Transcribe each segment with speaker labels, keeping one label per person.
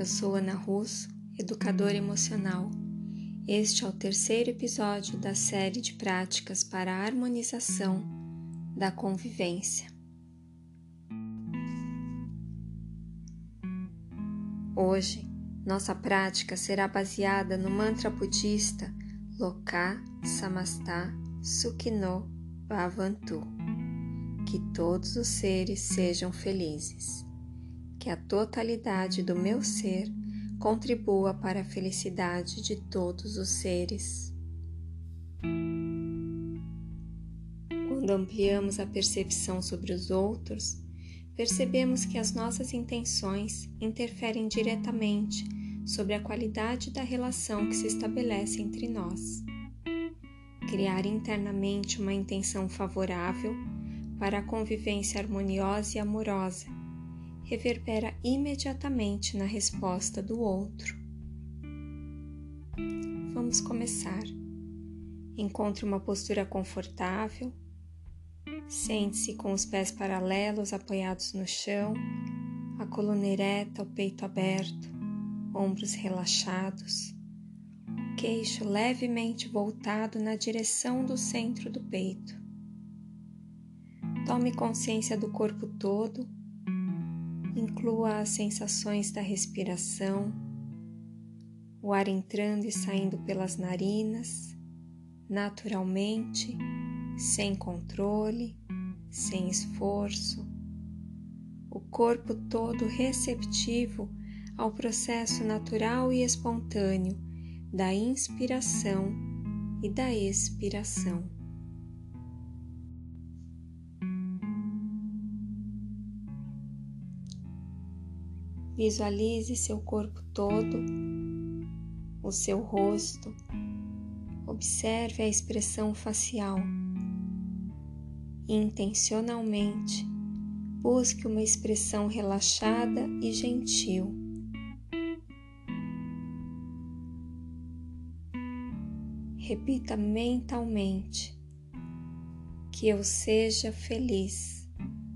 Speaker 1: eu sou Ana Russo, educadora emocional. Este é o terceiro episódio da série de práticas para a harmonização da convivência. Hoje, nossa prática será baseada no mantra budista Loka Samasta Sukhino Bhavantu. Que todos os seres sejam felizes. Que a totalidade do meu ser contribua para a felicidade de todos os seres. Quando ampliamos a percepção sobre os outros, percebemos que as nossas intenções interferem diretamente sobre a qualidade da relação que se estabelece entre nós. Criar internamente uma intenção favorável para a convivência harmoniosa e amorosa reverbera imediatamente na resposta do outro. Vamos começar. Encontre uma postura confortável. Sente-se com os pés paralelos apoiados no chão, a coluna ereta, o peito aberto, ombros relaxados, o queixo levemente voltado na direção do centro do peito. Tome consciência do corpo todo. Inclua as sensações da respiração, o ar entrando e saindo pelas narinas, naturalmente, sem controle, sem esforço. O corpo todo receptivo ao processo natural e espontâneo da inspiração e da expiração. Visualize seu corpo todo, o seu rosto. Observe a expressão facial. Intencionalmente, busque uma expressão relaxada e gentil. Repita mentalmente: que eu seja feliz.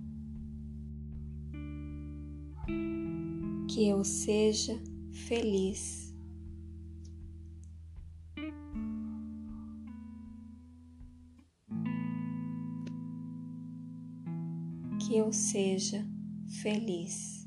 Speaker 1: Que eu seja feliz. Que eu seja feliz.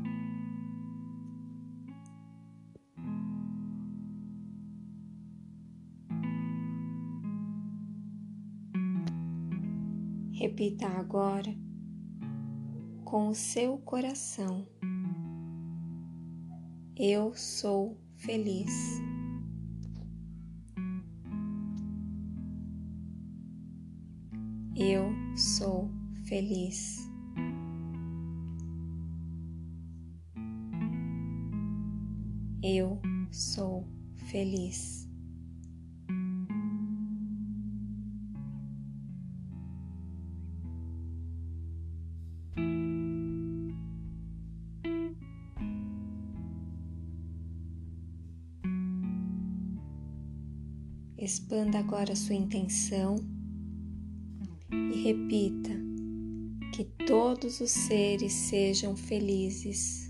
Speaker 1: Repita agora com o seu coração: eu sou feliz. Eu sou feliz. Eu sou feliz. Expanda agora sua intenção e repita: que todos os seres sejam felizes.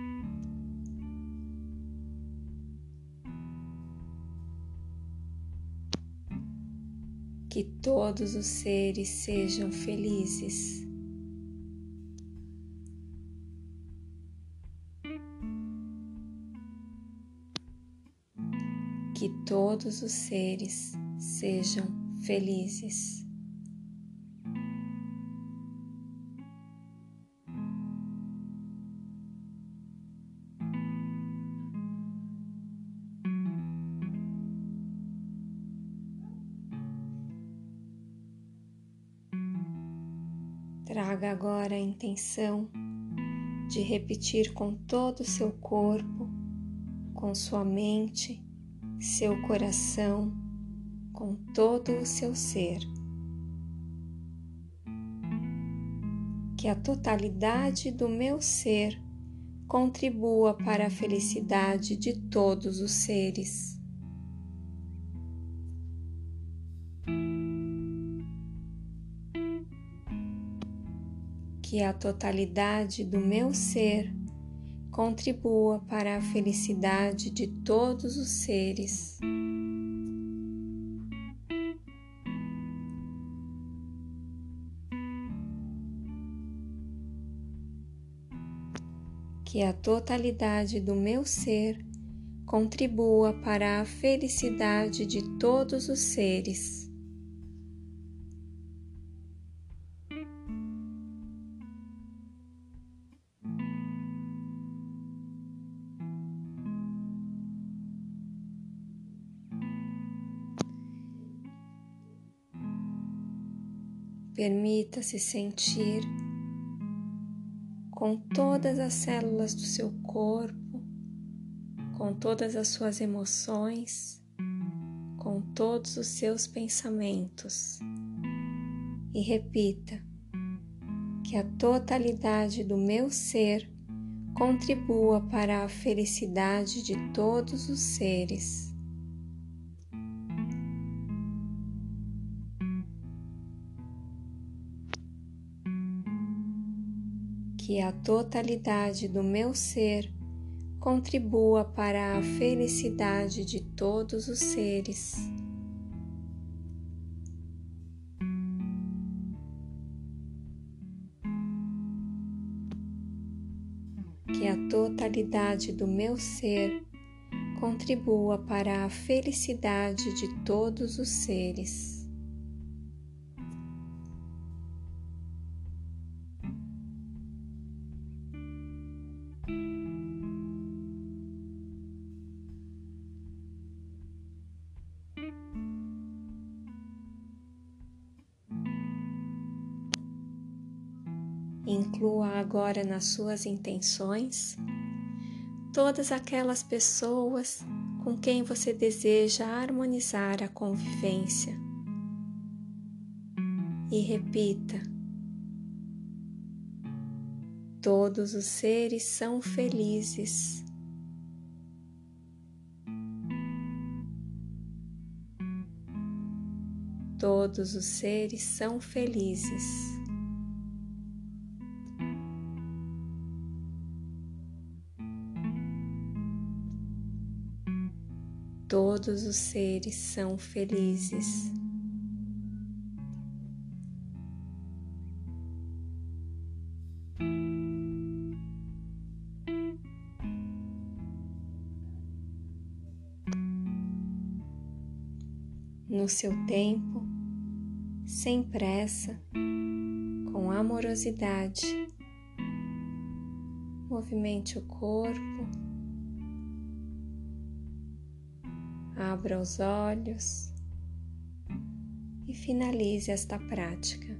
Speaker 1: Que todos os seres sejam felizes. Que todos os seres sejam felizes. Traga agora a intenção de repetir com todo o seu corpo, com sua mente, seu coração, com todo o seu ser. Que a totalidade do meu ser contribua para a felicidade de todos os seres. Que a totalidade do meu ser contribua para a felicidade de todos os seres. Que a totalidade do meu ser contribua para a felicidade de todos os seres. Permita-se sentir com todas as células do seu corpo, com todas as suas emoções, com todos os seus pensamentos. E repita: que a totalidade do meu ser contribua para a felicidade de todos os seres. Que a totalidade do meu ser contribua para a felicidade de todos os seres. Que a totalidade do meu ser contribua para a felicidade de todos os seres. Inclua agora nas suas intenções todas aquelas pessoas com quem você deseja harmonizar a convivência. E repita: todos os seres são felizes. Todos os seres são felizes. Todos os seres são felizes. No seu tempo, sem pressa, com amorosidade, movimente o corpo, abra os olhos e finalize esta prática.